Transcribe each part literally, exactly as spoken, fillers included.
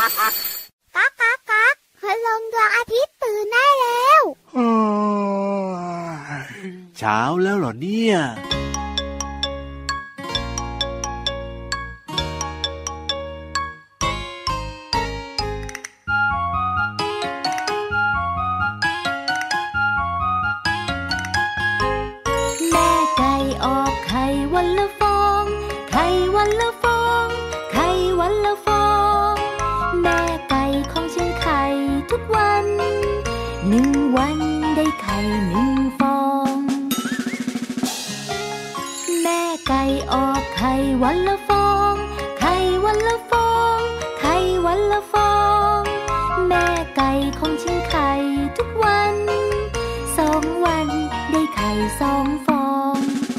ก๊ากก๊ากก๊ากพลังดวงอาทิตย์ตื่นได้แล้วเช้าแล้วเหรอเนี่ยวันละฟองไข่วันละฟองไข่วันละฟองแม่ไก่ของฉันไข่ทุกวันหนึ่งวันได้ไข่หนึ่งฟองแม่ไก่ออกไข่วันละฟองไข่วันละฟองไข่วันละฟองแม่ไก่ของฉันไข่ทุกวันสองวันได้ไข่สองฟอง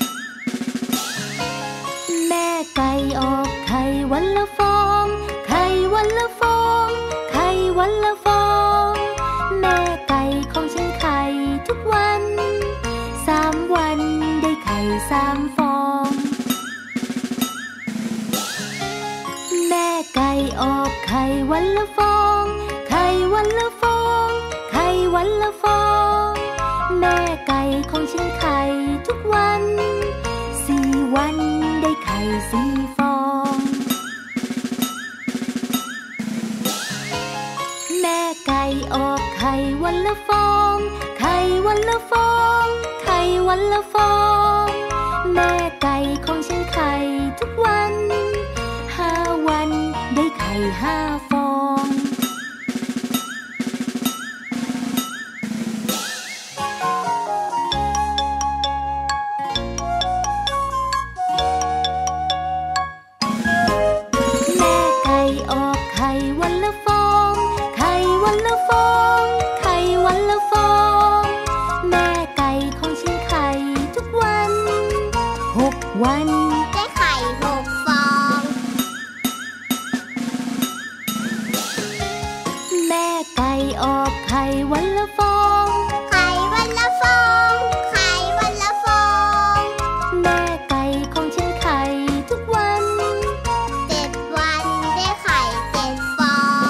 ไก่ออกไข่วันละฟองไข่วันละฟองไข่วันละฟองแม่ไก่ของฉันไข่ทุกวันสามวันได้ไข่สามฟองแม่ไก่ออกไข่วันละฟองไข่วันละฟองไข่วันละฟองแม่ไก่ของฉันไข่ทุกวันสี่วันได้ไข่สี่ฟองแม่ไก่ออกไข่วันละฟองไข่วันละฟองไข่วันละฟองแม่ไก่ของฉันไข่ทุกวันห้าวันได้ไข่ห้าฟองวันได้ไข่หกฟองแม่ไก่ออกไข่วันละฟองไข่วันละฟองไข่วันละฟองแม่ไก่ของฉันไข่ทุกวันเจ็ดวันได้ไข่เจ็ดฟอง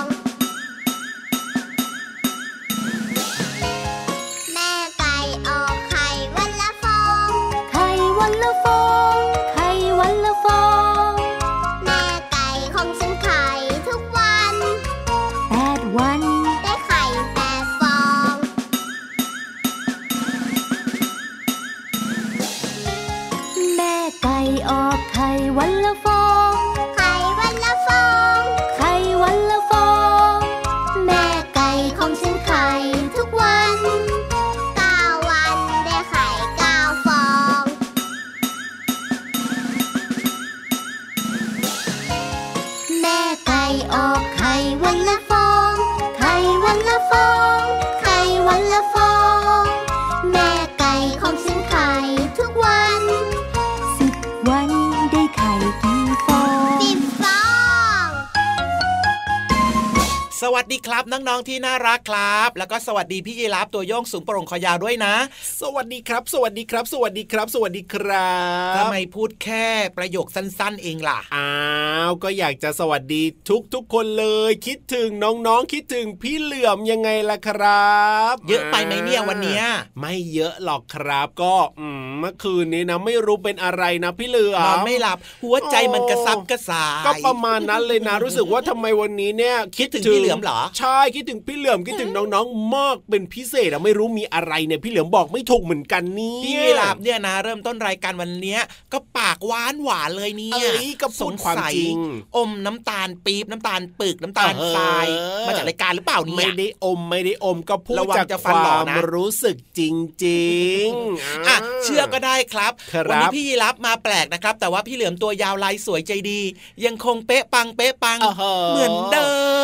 แม่ไก่ออกไข่วันละฟองไข่วันละฟองวันละฟองแม่ไก่ของฉันไข่ทุกวันแปดวันได้ไข่แปดฟองแม่ไก่ออกไข่วันละฟองไข่วันละฟองไข่วันละฟองแม่ไก่ของฉันไข่ทุกวันเก้าวันได้ไข่เก้าฟองแม่ไก่ออกไข่วันละฟองไข่วันละฟองไข่วันละฟองแม่ไก่ของฉันไข่ทุกวันสิบวันได้ไข่กี่ฟองสิบฟองสวัสดีครับน้องๆที่น่ารักครับแล้วก็สวัสดีพี่ยีราฟตัวโยงสูงโปร่งคอยาวด้วยนะสวัสดีครับสวัสดีครับสวัสดีครับสวัสดีครับทำไมพูดแค่ประโยคสั้นๆเองล่ะอ้าวก็อยากจะสวัสดีทุกๆคนเลยคิดถึงน้องๆคิดถึงพี่เหลือมยังไงล่ะครับเยอะไปไหมเนี่ยวันเนี้ยไม่เยอะหรอกครับก็เมื่อคืนนี้นะไม่รู้เป็นอะไรนะพี่เหลือมนอนไม่หลับหัวใจมันกระซับกระส่ายก็ประมาณนั้นเลยนะรู้สึกว่าทำไมวันนี้เนี่ยคิดถึงพี่เหลือมเหรอใช่คิดถึงพี่เหลือมคิดถึงน้องๆมากเป็นพิเศษอะไม่รู้มีอะไรเนี่ยพี่เหลือมบอกไม่ถูกเหมือนกันนี่พี่ยีราฟเนี่ยนะเริ่มต้นรายการวันนี้ก็ปากหวานหวานเลยเนี่ยก็สงสัยอมน้ำตาลปี๊บน้ำตาลปึกน้ำตาลทรายมาจากรายการหรือเปล่าเนี่ยไม่ได้อมไม่ได้อมก็พูดจากความรู้สึกจริงๆอ่ะเชื่อก็ได้ครับวันนี้พี่ยีราฟมาแปลกนะครับแต่ว่าพี่เหลือมตัวยาวลายสวยใจดียังคงเป๊ะปังเป๊ะปังเหมือนเดิมเอาล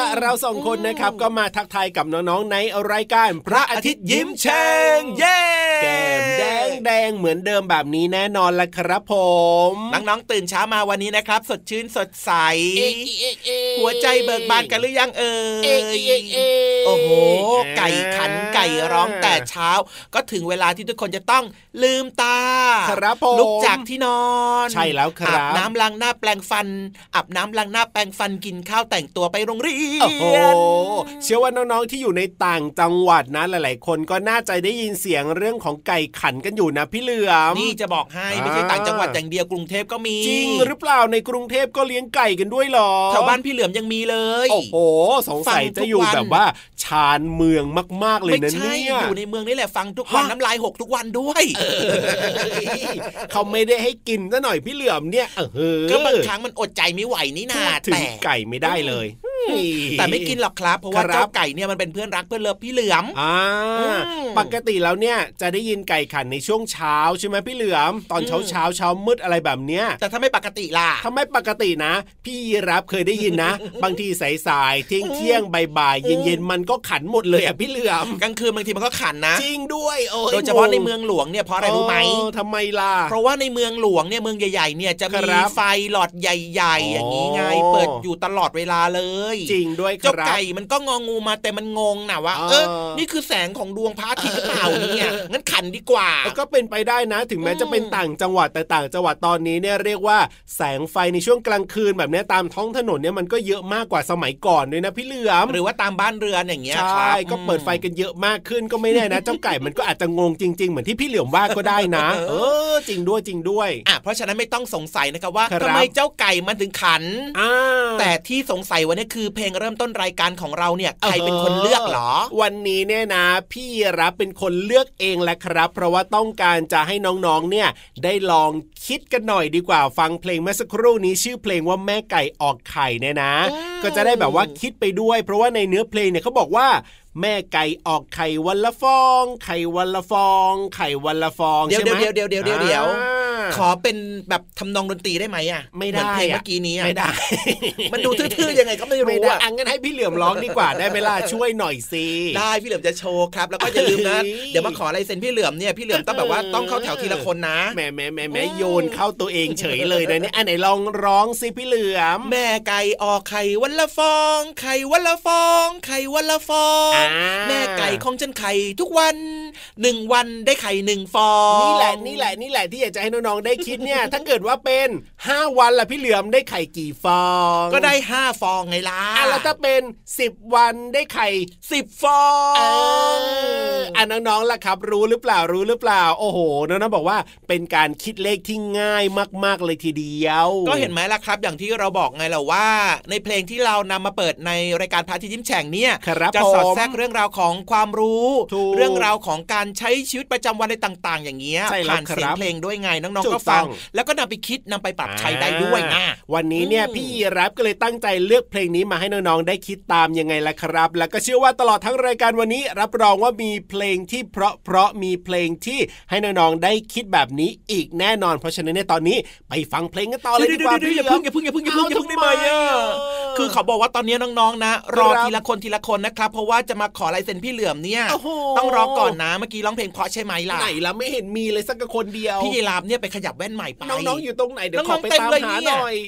ละเราสองคนนะครับก็มาทักทายกับน้องๆในรายการพระอาทิตย์ยิ้มแฉ่งเย้แก้มแดงแดงเหมือนเดิมแบบนี้แน่นอนละครับผมน้องๆตื่นเช้ามาวันนี้นะครับสดชื่นสดใสหัวใจเบิกบานกันหรือยังเอ่ยโอ้โหไก่ขันไก่ร้องแต่เช้าก็ถึงเวลาที่ทุกคนจะต้องลืมตาครับผมลุกจากที่นอนใช่แล้วครับอาบน้ำล้างหน้าแปรงฟันอาบน้ำล้างหน้าแปรงฟันกินข้าวแต่งตัวไปโรงเรียนโอ้โหเชื่อว่าน้องๆที่อยู่ในต่างจังหวัดนะหลายๆคนก็น่าจะได้ยินเสียงเรื่องของไก่ขันกันอยู่นะพี่เหลือมนี่จะบอกให้ไม่ใช่ต่างจังหวัดอย่างเดียวกรุงเทพก็มีจริงหรือเปล่าในกรุงเทพก็เลี้ยงไก่กันด้วยหรอแถวบ้านพี่เหลือมยังมีเลยโอ้โหสงสัยจะอยู่แบบว่าชานเมืองมากๆเลยนะเนี่ยอยู่ในเมืองนี่แหละฟังทุกวันน้ำลายหกทุกวันด้วยเขาไม่ได้ให้กินซะหน่อยพี่เหลือมเนี่ยเออก็บางครั้งมันอดใจไม่ไหวนี่นาแต่ไก่ไม่ได้เลยแต่ไม่กินหรอกครับเพราะว่าเจ้าไก่เนี่ยมันเป็นเพื่อนรักเพื่อนเลิฟพี่เหลือมอ่าปกติแล้วเนี่ยจะได้ยินไก่ขันในช่วงเช้าใช่ไหมพี่เหลือมตอนเช้าเช้าเช้ามืดอะไรแบบเนี้ยแต่ถ้าไม่ปกติล่ะถ้าไม่ปกตินะพี่รับเคยได้ยินนะบางทีสายๆเที่ยงเที่ยงบ่ายๆเย็นๆมันก็ขันหมดเลยอ่ะพี่เหลือมกลางคืนบางทีมันก็ขันนะจริงด้วยโดยเฉพาะในเมืองหลวงเนี่ยเพราะอะไรรู้ไหมทำไมล่ะเพราะว่าในเมืองหลวงเนี่ยเมืองใหญ่ๆเนี่ยจะมีไฟหลอดใหญ่ๆอย่างนี้ไงเปิดอยู่ตลอดเวลาเลยจริงด้วยเจ้าไก่มันก็งองูมาแต่มันงงนะว่าเออนี่คือแสงของดวงพระอาทิตย์หรือเปล่าเนี่ยงั้นขันดีกว่าก็เป็นไปได้นะถึงแม้จะเป็นต่างจังหวัดแต่ต่างจังหวัดตอนนี้เนี่ยเรียกว่าแสงไฟในช่วงกลางคืนแบบนี้ตามท้องถนนเนี่ยมันก็เยอะมากกว่าสมัยก่อนด้วยนะพี่เหลือมหรือว่าตามบ้านเรือนอย่างเงี้ยใช่ก็เปิดไฟกันเยอะมากขึ้นก็ไม่แน่นะเจ้าไก่มันก็อาจจะงงจริงๆเหมือนที่พี่เหลือมว่าก็ได้นะเออจริงด้วยจริงด้วยอ่ะเพราะฉะนั้นไม่ต้องสงสัยนะครับว่าทำไมเจ้าไก่มันถึงขันแต่ที่สงสัยวันนี้คือเพลงเริ่มต้นรายการของเราเนี่ยใครเป็นคนเลือกหรอวันนี้เนี่ยนะพี่รับเป็นคนเลือกเองแหละครับเพราะว่าต้องการจะให้น้องๆเนี่ยได้ลองคิดกันหน่อยดีกว่าฟังเพลงเมื่อสักครู่นี้ชื่อเพลงว่าแม่ไก่ออกไข่เนี่ยนะก็จะได้แบบว่าคิดไปด้วยเพราะว่าในเนื้อเพลงเนี่ยเขาบอกว่าแม่ไก่ออกไข่วันละฟองไข่วันละฟองไข่วันละฟองใช่ไหมเดี๋ยวเดี๋ยวเดี๋ยวเดี๋ยวเดี๋ยวขอเป็นแบบทำนองดนตรีได้ไหมอ่ะไม่ได้เพลงเมื่อกี้นี้ไม่ได้มันดูทื่อๆยังไงก็ไม่รู้อ่ะงั้นให้พี่เหลือมร้องดีกว่าได้เวลาช่วยหน่อยสิได้พี่เหลือมจะโชว์ครับแล้วก็อย่าลืมนะเดี๋ยวมาขอลายเซ็นพี่เหลือมเนี่ยพี่เหลือมต้องแบบว่าต้องเข้าแถวทีละคนนะแหมแหมแหมแหมโยนเข้าตัวเองเฉยเลยนะเนี่ยอันไหนลองร้องสิพี่เหลือมแม่ไก่ออกไข่วันละฟองไข่วันละฟองไข่วันละฟองแม่ไก่ของฉันไข่ทุกวันหนึ่งวันได้ไข่หนึ่งฟองนี่แหละนี่แหละนี่แหละที่อยากจะให้น้องๆได้คิดเนี่ยถ้าเกิดว่าเป็นห้าวันล่ะพี่เหลือมได้ไข่กี่ฟองก็ได้ห้าฟองไงล่ะอ่ะแล้วถ้าเป็นสิบวันได้ไข่สิบฟองเอออ่ะน้องๆล่ะครับรู้หรือเปล่ารู้หรือเปล่าโอ้โหน้องๆบอกว่าเป็นการคิดเลขที่ง่ายมากๆเลยทีเดียวก็เห็นไหมล่ะครับอย่างที่เราบอกไงล่ะว่าในเพลงที่เรานำมาเปิดในรายการพระอาทิตย์ยิ้มแฉ่งเนี่ยจะสอดแทรกเรื่องราวของความรู้เรื่องราวของการใช้ชีวิตประจำวันในต่างๆอย่างเงี้ยผ่านเสียงเพลงด้วยไงน้องๆก็ฟังแล้วก็นำไปคิดนำไปปรับใช้ได้ด้วยนะวันนี้เนี่ยพี่รับก็เลยตั้งใจเลือกเพลงนี้มาให้น้องๆได้คิดตามยังไงล่ะครับแล้วก็เชื่อว่าตลอดทั้งรายการวันนี้รับรองว่ามีเพลงที่เพราะๆมีเพลงที่ให้น้องๆได้คิดแบบนี้อีกแน่นอนเพราะฉะนั้นในตอนนี้ไปฟังเพลงกันต่อเลยดีกว่าพี่อย่าเพิ่งอย่าเพิ่งอย่าเพิ่งอย่าเพิ่งอย่าเพิ่งได้ไหมอ่ะคือเขาบอกว่าตอนนี้น้องๆนะรอทีละคนทีละคนนะครับเพราะว่าจะมาขอลายเซ็นพี่เหลือมเนี่ยต้องรอก่อนนะเมื่อกี้ร้องเพลงเพราะใช่ไหมล่ะไหนล่ะไม่เห็นมีเลยสักคนเดียวพี่ยีราฟเนี่ยไปขยับแว่นใหม่ไปน้องๆอยู่ตรงไหนเดี๋ยวขอไปตามหาหน่อย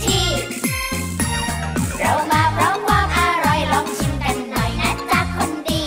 เรามาพร้อมความอร่อยลองชิมกันหน่อยนะจ๊ะคนดี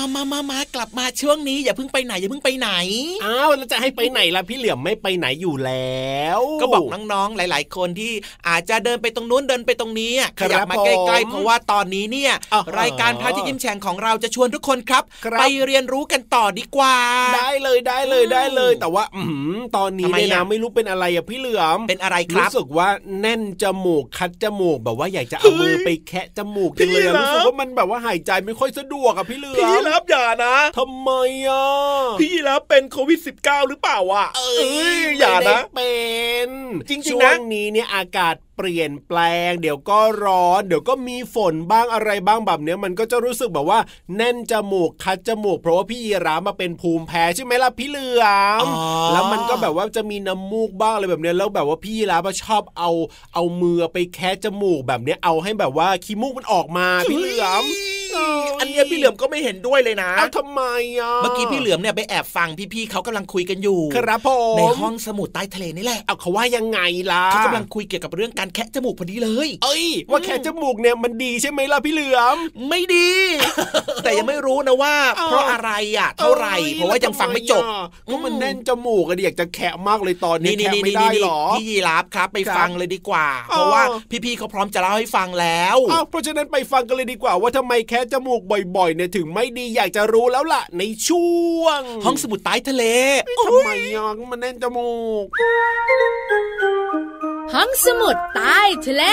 ามามามากลับมาช่วงนี้อย่าเพิ่งไปไหนอย่าเพิ่งไปไหนอ้าวแล้วจะให้ไปไหนล่ะพี่เหลือมไม่ไปไหนอยู่แล้วก็บอกน้องๆหลายๆคนที่อาจจะเดินไปตรงนู้นเดินไปตรงนี้ขยับมาใกล้ๆเพราะว่าตอนนี้เนี่ยรายการพระอาทิตย์ยิ้มแฉ่งของเราจะชวนทุกคนครับไปเรียนรู้กันต่อดีกว่าได้เลยได้เลยได้เลยแต่ว่าอืมตอนนี้เนี่ยนะไม่รู้เป็นอะไรอ่ะพี่เหลือมเป็นอะไรครับรู้สึกว่าแน่นจมูกคัดจมูกแบบว่าอยากจะเอามือไปแคะจมูกจังเลยรู้สึกว่ามันแบบว่าหายใจไม่ค่อยสะดวกอ่ะพี่เหลือมพี่รับอย่านะทำไมอ่ะพี่รับเป็นโควิด สิบเก้า หรือเปล่าอ่ะเอ้ยอย่านะเป็นจริงๆนะช่วงนี้เนี่ยอากาศเปลี่ยนแปลงเดี๋ยวก็ร้อนเดี๋ยวก็มีฝนบ้างอะไรบ้างแบบเนี้ยมันก็จะรู้สึกแบบว่าแน่นจมูกคัดจมูกเพราะว่าพี่ยีราฟมาเป็นภูมิแพ้ใช่ไหมล่ะพี่เหลือมแล้วมันก็แบบว่าจะมีน้ำมูกบ้างอะไรแบบเนี้ยแล้วแบบว่าพี่ยีราฟชอบเอาเอามือไปแคะจมูกแบบเนี้ยเอาให้แบบว่าขี้มูกมันออกมาพี่เหลือมอันนี้พี่เหลือมก็ไม่เห็นด้วยเลยนะอ้าวทำไมอ่ะเมื่อกี้พี่เหลือมเนี่ยไปแอบฟังพี่ๆเขากำลังคุยกันอยู่ครับผมในห้องสมุดใต้ทะเลนี่แหละเอาเขาว่ายังไงล่ะเขากำลังคุยเกี่ยวกับเรื่องการแคะจมูกพอดีเลยเอ้ยว่าแคะจมูกเนี่ยมันดีใช่ไหมล่ะพี่เหลือมไม่ดี แต่ยังไม่รู้นะว่าเพราะอะไรอ่ะเท่าไหร่เพราะว่ายังฟังไม่จบก็มันแน่นจมูกอะอยากจะแคะมากเลยตอนนี้แคะไม่ได้หรอพี่ยีราฟครับไปฟังเลยดีกว่าเพราะว่าพี่ๆเขาพร้อมจะเล่าให้ฟังแล้วเพราะฉะนั้นไปฟังกันเลยดีกว่าว่าทำไมแคะจมูกบ่อยๆเนี่ยถึงไม่ดีอยากจะรู้แล้วล่ะในช่วงห้องสมุดใต้ทะเลทำไมอ่ะมันแน่นจมูกห้องสมุดใต้ทะเล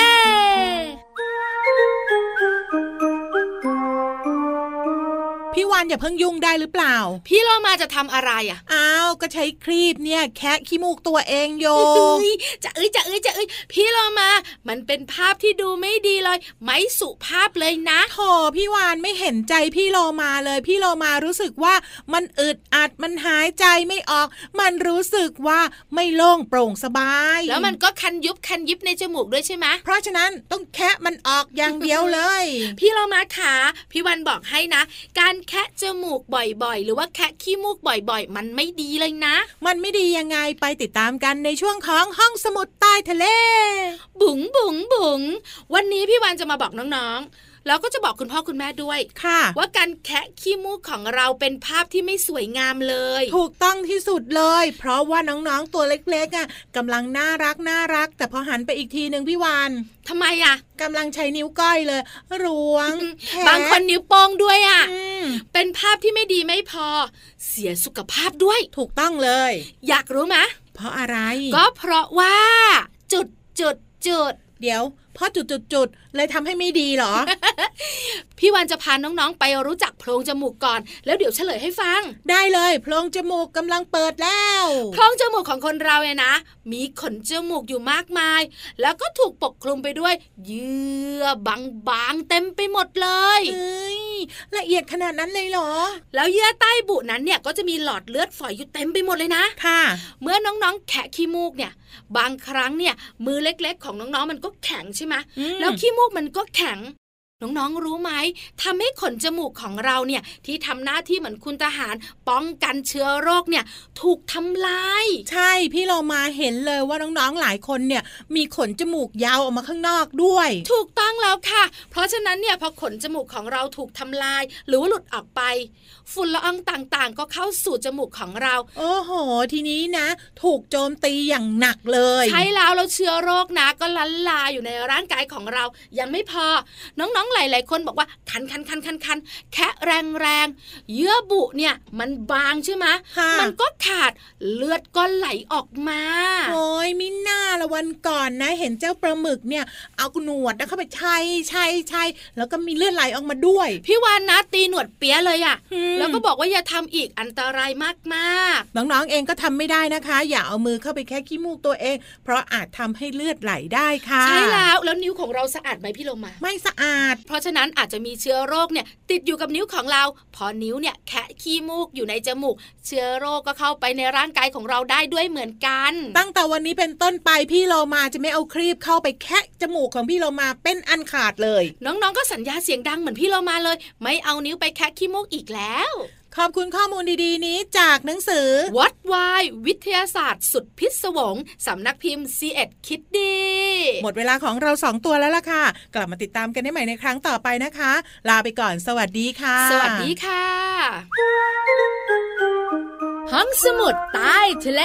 พี่วานอย่าเพิ่งยุ่งได้หรือเปล่าพี่เรามาจะทำอะไรอ่ะอ้าวก็ใช้ครีบเนี่ยแคะขี้มูกตัวเองโยจะเอ้ยจะเอ้ยจะเอ้ยพี่เรามามันเป็นภาพที่ดูไม่ดีเลยไม่สุภาพเลยนะโธ่พี่วานไม่เห็นใจพี่โลมาเลยพี่โลมารู้สึกว่ามันอึดอัดมันหายใจไม่ออกมันรู้สึกว่าไม่โล่งโปร่งสบายแล้วมันก็คันยุบคันยิบในจมูกด้วยใช่ไหมเพราะฉะนั้นต้องแคะมันออกอย่างเดียวเลยพี่เรามาขาพี่วันบอกให้นะการแคะจมูกบ่อยๆหรือว่าแคะขี้มูกบ่อยๆมันไม่ดีเลยนะมันไม่ดียังไงไปติดตามกันในช่วงของห้องสมุดใต้ทะเลบุ๋งบุ๋งบุ๋งวันนี้พี่วันจะมาบอกน้องๆแล้วก็จะบอกคุณพ่อคุณแม่ด้วยค่ะว่าการแคะขี้มูกของเราเป็นภาพที่ไม่สวยงามเลยถูกต้องที่สุดเลยเพราะว่าน้องๆตัวเล็กๆอ่ะกำลังน่ารักน่ารักแต่พอหันไปอีกทีนึงพี่วานทำไมอ่ะกำลังใช้นิ้วก้อยเลยล้วงบางคนนิ้วโป้งด้วยอ่ะเป็นภาพที่ไม่ดีไม่พอเสียสุขภาพด้วยถูกต้องเลยอยากรู้ไหมเพราะอะไรก็เพราะว่าจุดจุดจุดเดี๋ยวเพราะจุดๆๆเลยทำให้ไม่ดีเหรอพี่วันจะพาน้องๆไปรู้จักโพรงจมูกก่อนแล้วเดี๋ยวเฉลยให้ฟังได้เลยโพรงจมูกกำลังเปิดแล้วโพรงจมูกของคนเราเนี่ยนะมีขนจมูกอยู่มากมายแล้วก็ถูกปกคลุมไปด้วยเยื่อบางๆเต็มไปหมดเลยเอ้ยละเอียดขนาดนั้นเลยเหรอแล้วเยื่อใต้บุนั้นเนี่ยก็จะมีหลอดเลือดฝอยอยู่เต็มไปหมดเลยนะค่ะเมื่อน้องๆแคะขี้มูกเนี่ยบางครั้งเนี่ยมือเล็กๆของน้องๆมันก็แข็งใช่ไหมแล้วขี้มูกมันก็แข็งน้องๆรู้ไหมทำให้ขนจมูกของเราเนี่ยที่ทำหน้าที่เหมือนคุณทหารป้องกันเชื้อโรคเนี่ยถูกทำลายใช่พี่เรามาเห็นเลยว่าน้องๆหลายคนเนี่ยมีขนจมูกยาวออกมาข้างนอกด้วยถูกต้องแล้วค่ะเพราะฉะนั้นเนี่ยพอขนจมูกของเราถูกทำลายหรือว่าหลุดออกไปฝุ่นละอองต่างๆก็เข้าสู่จมูกของเราโอ้โหทีนี้นะถูกโจมตีอย่างหนักเลยใช่แล้วแล้วเชื้อโรคนะก็ล้นลาอยู่ในร่างกายของเรายังไม่พอน้องๆหลายๆคนบอกว่าคันคันคันคันคันแค่แรงแรงเยื่อบุเนี่ยมันบางใช่ไหมมันก็ขาดเลือดก็ไหลออกมาโอ้ยมิน่าละวันก่อนนะเห็นเจ้าปลาหมึกเนี่ยเอาหนวดนะเข้าไปใช่ใช่ใช่แล้วก็มีเลือดไหลออกมาด้วยพี่วานนะตีหนวดเปี้ยเลยอ่ะแล้วก็บอกว่าอย่าทำอีกอันตรายมากๆน้องๆเองก็ทำไม่ได้นะคะอย่าเอามือเข้าไปแค่ขี้มูกตัวเองเพราะอาจทำให้เลือดไหลได้ค่ะใช่แล้วแล้วนิ้วของเราสะอาดไหมพี่โลมาไม่สะอาดเพราะฉะนั้นอาจจะมีเชื้อโรคเนี่ยติดอยู่กับนิ้วของเราพอนิ้วเนี่ยแคะขี้มูกอยู่ในจมูกเชื้อโรคก็เข้าไปในร่างกายของเราได้ด้วยเหมือนกันตั้งแต่วันนี้เป็นต้นไปพี่โลมาจะไม่เอาครีบเข้าไปแคะจมูกของพี่โลมาเป็นอันขาดเลยน้องๆก็สัญญาเสียงดังเหมือนพี่โลมาเลยไม่เอานิ้วไปแคะขี้มูกอีกแล้วขอบคุณข้อมูลดีๆนี้จากหนังสือ What Why วิทยาศาสตร์สุดพิศวงสำนักพิมพ์ ซี เอ็ด Kiddie หมดเวลาของเราสองตัวแล้วล่ะค่ะกลับมาติดตามกันได้ใหม่ในครั้งต่อไปนะคะลาไปก่อนสวัสดีค่ะสวัสดีค่ะห้องสมุดใต้ทะเล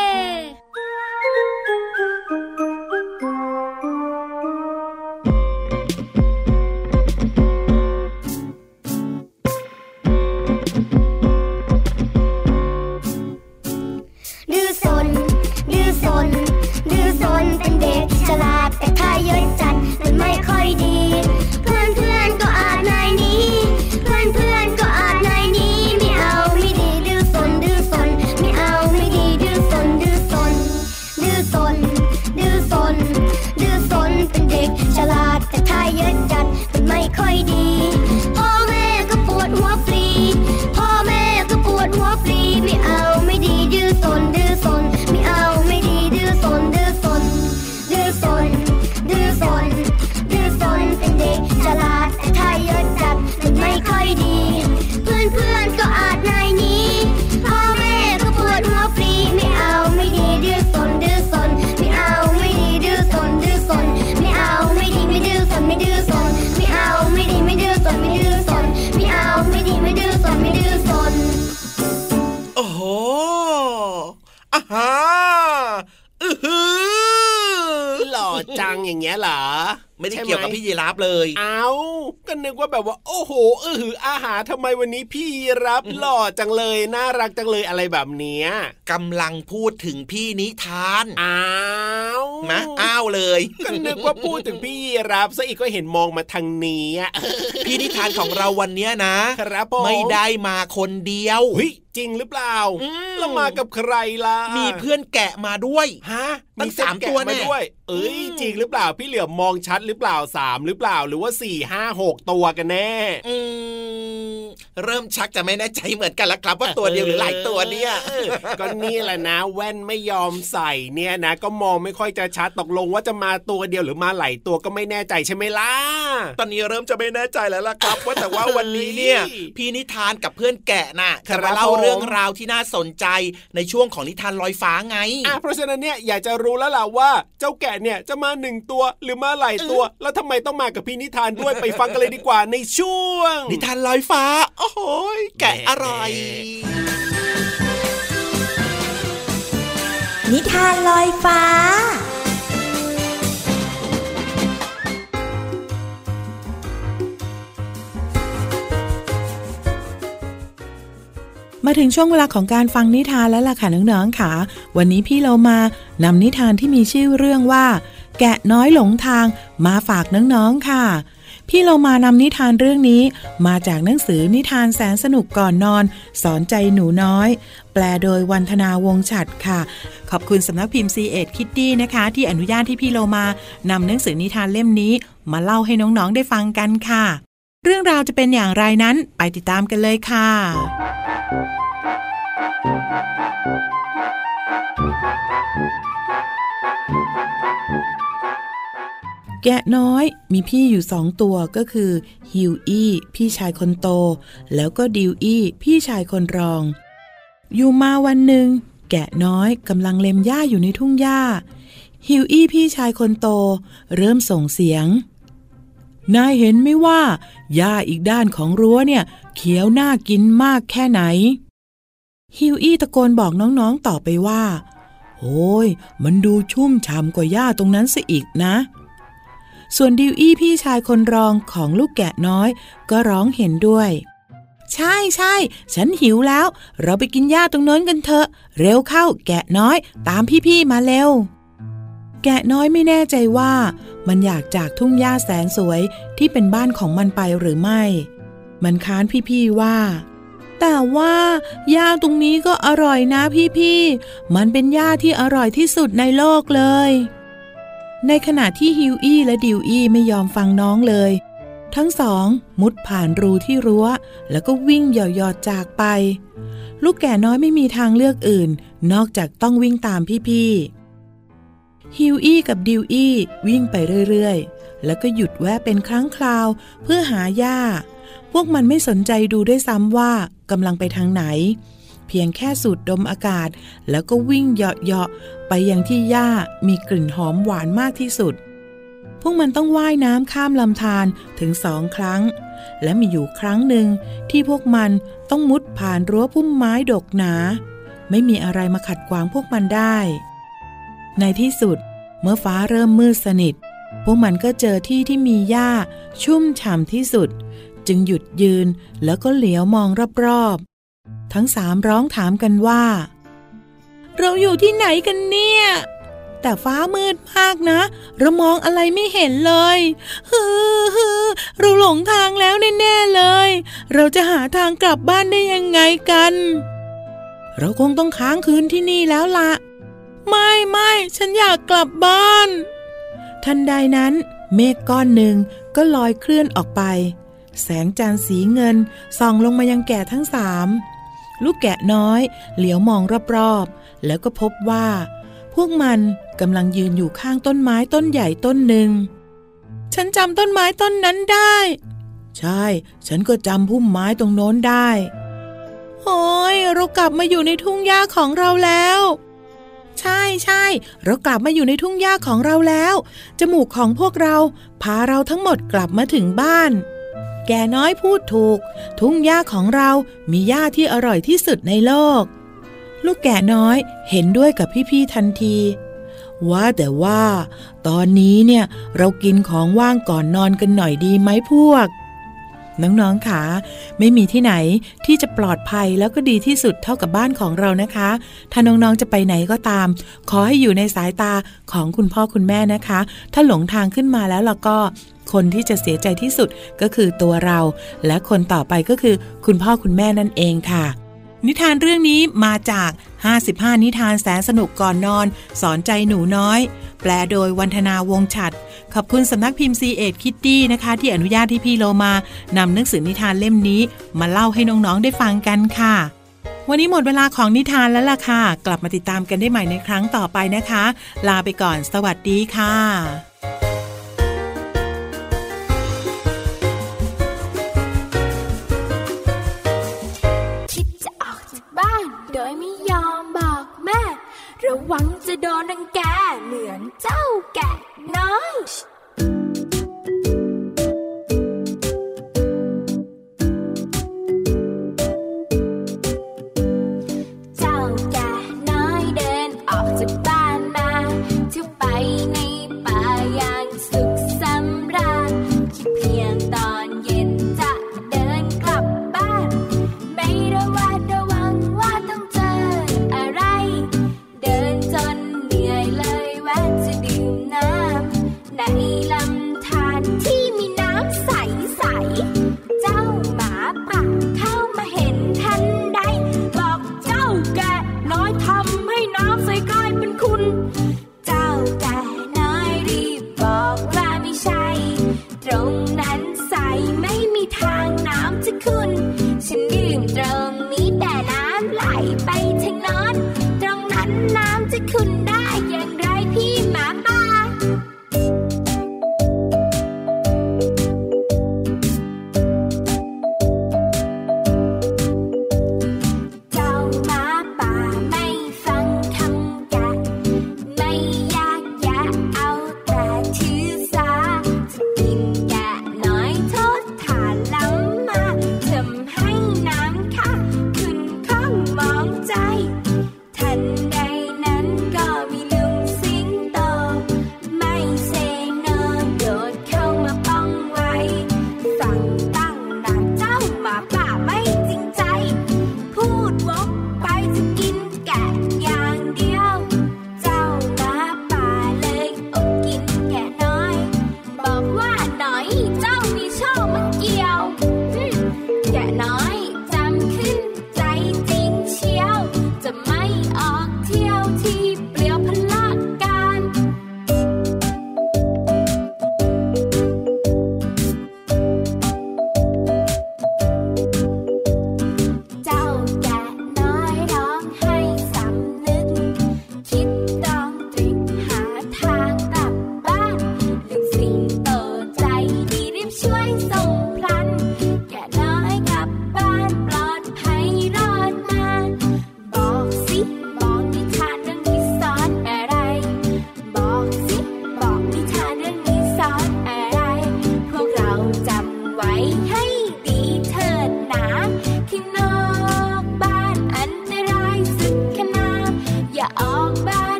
ฉลาดแต่ถ้าเยอะจัดมันไม่ค่อยดีเพื่อนเพื่อนก็อาจนายนี้เพื่อนเพื่อนก็อาจนายนี้ไม่เอาไม่ดีดื้อสนดื้อสนไม่เอาไม่ดีดื้อสนดื้อสนดื้อสนดื้อสนดื้อสนเป็นเด็กฉลาดแต่ถ้าเยอะจัดมันไม่ค่อยดีพ่อแม่ก็ปวดหัวฟรีพ่อแม่ก็ปวดหัวฟรีไม่เอาไม่ดีดื้อสนดื้อสนไม่เอาไม่ดีดื้อสนดื้อสนดื้อสนดื้อสนดื้อสนเป็นเด็กฉลาดแต่ถ้าเยอะจัดมันไม่ค่อยดีเพื่อนเพื่อนก็อาจนายนี้พ่อแม่ก็ปวดหัวฟรีไม่เอาไม่ดีดื้อสนดื้อสนไม่เอาไม่ดีดื้อสนดื้อสนไม่เอาไม่ดีไม่ดื้อสนไม่ดื้อสนไม่เอาไม่ดีไม่ดื้อสนไม่ดื้อสนไม่เอาไม่ดีไม่ดื้อสนไม่ดื้อสนโอ้โหอ่าฮะอือหือหล่อจังอย่างเงี้ยเหรอไม่ได้เกี่ยวกับพี่ยีราฟเลยเอ้าก็นึกว่าแบบว่าโอ้โหเออหืออาหารทำไมวันนี้พี่ยีราฟหล่อจังเลยน่ารักจังเลยอะไรแบบเนี้ยกำลังพูดถึงพี่นิทานอ้าวนะอ้าวเลยก็นึกว่าพูดถึงพี่ยีราฟซะอีกก็เห็นมองมาทางนี้พี่นิทานของเราวันนี้นะครับไม่ได้มาคนเดียวเฮ้ยจริงหรือเปล่าแล้วมากับใครล่ะมีเพื่อนแกะมาด้วยฮะมีสามตัวมาด้วยเอ้ยจริงหรือเปล่าพี่เหลือมมองชัดหรือเปล่าสามหรือเปล่าหรือว่าสี่ ห้า หกตัวกันแน่อืมเริ่มชักจะไม่แน่ใจเหมือนกันแล้วครับว่าตัวเดียวหรือหลายตัวเนี่ยก็นี่แหละนะแว่นไม่ยอมใส่เนี่ยนะก็มองไม่ค่อยจะชัดตกลงว่าจะมาตัวเดียวหรือมาหลายตัวก็ไม่แน่ใจใช่ไหมล่ะตอนนี้เริ่มจะไม่แน่ใจแล้วล่ะครับว่าแต่ว่าวันนี้เนี่ยพี่นิทานกับเพื่อนแกะน่ะจะมาเล่าเรื่องราวที่น่าสนใจในช่วงของนิทานลอยฟ้าไงอ่ะเพราะฉะนั้นเนี่ยอยากจะรู้แล้วล่ะว่าเจ้าแกะเนี่ยจะมาหนึ่งตัวหรือมาหลายตัวแล้วทำไมต้องมากับพี่นิทานด้วยไปฟังกันเลยดีกว่าในช่วงนิทานลอยฟ้าโอ้โหแกะอร่อยนิทานลอยฟ้ามาถึงช่วงเวลาของการฟังนิทานแล้วล่ะค่ะน้องๆค่ะวันนี้พี่เรามานำนิทานที่มีชื่อเรื่องว่าแกะน้อยหลงทางมาฝากน้องๆค่ะพี่เรามานำนิทานเรื่องนี้มาจากหนังสือนิทานแสนสนุกก่อนนอนสอนใจหนูน้อยแปลโดยวันธนาวงศ์ฉัตรค่ะขอบคุณสำนักพิมพ์ ซี เอ็ด Kiddie นะคะที่อนุญาตที่พี่เรามานำหนังสือนิทานเล่มนี้มาเล่าให้น้องๆได้ฟังกันค่ะเรื่องราวจะเป็นอย่างไรนั้นไปติดตามกันเลยค่ะแกะน้อยมีพี่อยู่สองตัวก็คือฮิวอี้พี่ชายคนโตแล้วก็ดิวอี้พี่ชายคนรองอยู่มาวันหนึ่งแกะน้อยกำลังเล็มหญ้าอยู่ในทุ่งหญ้าฮิวอี้พี่ชายคนโตเริ่มส่งเสียงนายเห็นไหมว่าหญ้าอีกด้านของรั้วเนี่ยเขียวน่ากินมากแค่ไหนฮิวอี้ตะโกนบอกน้องๆต่อไปว่าโอ้ยมันดูชุ่มฉ่ำกว่าหญ้าตรงนั้นซะอีกนะส่วนดิวอี้พี่ชายคนรองของลูกแกะน้อยก็ร้องเห็นด้วยใช่ใช่ฉันหิวแล้วเราไปกินหญ้าตรงโน้นกันเถอะเร็วเข้าแกะน้อยตามพี่ๆมาเร็วแกะน้อยไม่แน่ใจว่ามันอยากจากทุ่งหญ้าแสนสวยที่เป็นบ้านของมันไปหรือไม่มันค้านพี่ๆว่าแต่ว่าหญ้าตรงนี้ก็อร่อยนะพี่ๆมันเป็นหญ้าที่อร่อยที่สุดในโลกเลยในขณะที่ฮิวอี้และดิวอี้ไม่ยอมฟังน้องเลยทั้งสองมุดผ่านรูที่รั้วแล้วก็วิ่งเหยาะๆจากไปลูกแกะน้อยไม่มีทางเลือกอื่นนอกจากต้องวิ่งตามพี่ฮิวอี้กับดิวอี้วิ่งไปเรื่อยๆแล้วก็หยุดแวะเป็นครั้งคราวเพื่อหาหญ้าพวกมันไม่สนใจดูด้วยซ้ำว่ากำลังไปทางไหนเพียงแค่สูดดมอากาศแล้วก็วิ่งเหาะๆไปยังที่หญ้ามีกลิ่นหอมหวานมากที่สุดพวกมันต้องว่ายน้ำข้ามลำธารถึงสองครั้งและมีอยู่ครั้งหนึ่งที่พวกมันต้องมุดผ่านรั้วพุ่มไม้ดกหนาไม่มีอะไรมาขัดขวางพวกมันได้ในที่สุดเมื่อฟ้าเริ่มมืดสนิทพวกมันก็เจอที่ที่มีหญ้าชุ่มฉ่ำที่สุดจึงหยุดยืนแล้วก็เหลียวมองรอบๆทั้งสามร้องถามกันว่าเราอยู่ที่ไหนกันเนี่ยแต่ฟ้ามืดมากนะเรามองอะไรไม่เห็นเลยฮือฮือเราหลงทางแล้วแน่ๆเลยเราจะหาทางกลับบ้านได้ยังไงกันเราคงต้องค้างคืนที่นี่แล้วล่ะไม่ไม่ฉันอยากกลับบ้านทันใดนั้นเมฆก้อนหนึ่งก็ลอยเคลื่อนออกไปแสงจันทร์สีเงินส่องลงมายังแกะทั้งสามลูกแกะน้อยเหลียวมองรอบๆแล้วก็พบว่าพวกมันกำลังยืนอยู่ข้างต้นไม้ต้นใหญ่ต้นหนึ่งฉันจำต้นไม้ต้นนั้นได้ใช่ฉันก็จำพุ่มไม้ตรงโน้นได้โอ้ยเรากลับมาอยู่ในทุ่งหญ้าของเราแล้วใช่ใช่เรากลับมาอยู่ในทุ่งหญ้าของเราแล้วจมูกของพวกเราพาเราทั้งหมดกลับมาถึงบ้านแกน้อยพูดถูกทุ่งหญ้าของเรามีหญ้าที่อร่อยที่สุดในโลกลูกแกะน้อยเห็นด้วยกับพี่ๆทันทีว่าแต่ว่าตอนนี้เนี่ยเรากินของว่างก่อนนอนกันหน่อยดีไหมพวกน้องๆค่ะไม่มีที่ไหนที่จะปลอดภัยแล้วก็ดีที่สุดเท่ากับบ้านของเรานะคะถ้าน้องๆจะไปไหนก็ตามขอให้อยู่ในสายตาของคุณพ่อคุณแม่นะคะถ้าหลงทางขึ้นมาแล้วล่ะก็คนที่จะเสียใจที่สุดก็คือตัวเราและคนต่อไปก็คือคุณพ่อคุณแม่นั่นเองค่ะนิทานเรื่องนี้มาจากห้าสิบห้านิทานแสนสนุกก่อนนอนสอนใจหนูน้อยแปลโดยวันธนาวงศ์ฉัตรขอบคุณสำนักพิมพ์ ซี เอ็ด Kitty นะคะที่อนุญาตให้พี่โลมานำหนังสือนิทานเล่มนี้มาเล่าให้น้องๆได้ฟังกันค่ะวันนี้หมดเวลาของนิทานแล้วล่ะค่ะกลับมาติดตามกันได้ใหม่ในครั้งต่อไปนะคะลาไปก่อนสวัสดีค่ะโดยไม่ยอมบอกแม่ระวังจะโดนรังแกเหมือนเจ้าแกะน้อยเจ้าแกะน้อยเดินออกจากบ้านมาเที่ยวไปในป่าอย่างสุขสำราญคิดเพียงตอนเย็นจะเดินกลับบ้านไม่ระแวดระวังว่าต้องเจออะไรเดินจนเหนื่อยเล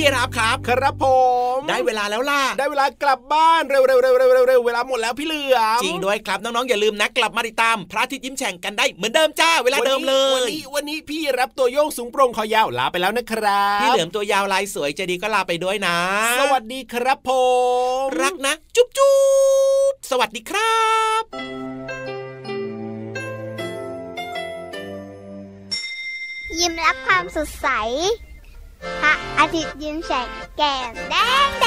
รับครับครับผมได้เวลาแล้วล่ะได้เวลากลับบ้านเร็วๆๆๆๆเวลาหมดแล้วพี่เหลือมจริงด้วยครับน้องๆอย่าลืมนะกลับมาติดตามพระอาทิตย์ยิ้มแฉ่งกันได้เหมือนเดิมจ้าเวลาเดิมเลยวันนี้วันนี้พี่รับตัวโยงสูงโปร่งคอยาวลาไปแล้วนะครับพี่เหลือมตัวยาวลายสวยใจดีก็ลาไปด้วยนะสวัสดีครับผมรักนะจุ๊บจุ๊บสวัสดีครับยิ้มรับความสดใสพระอาทิตย์ยิ้มแฉกแก้มแดง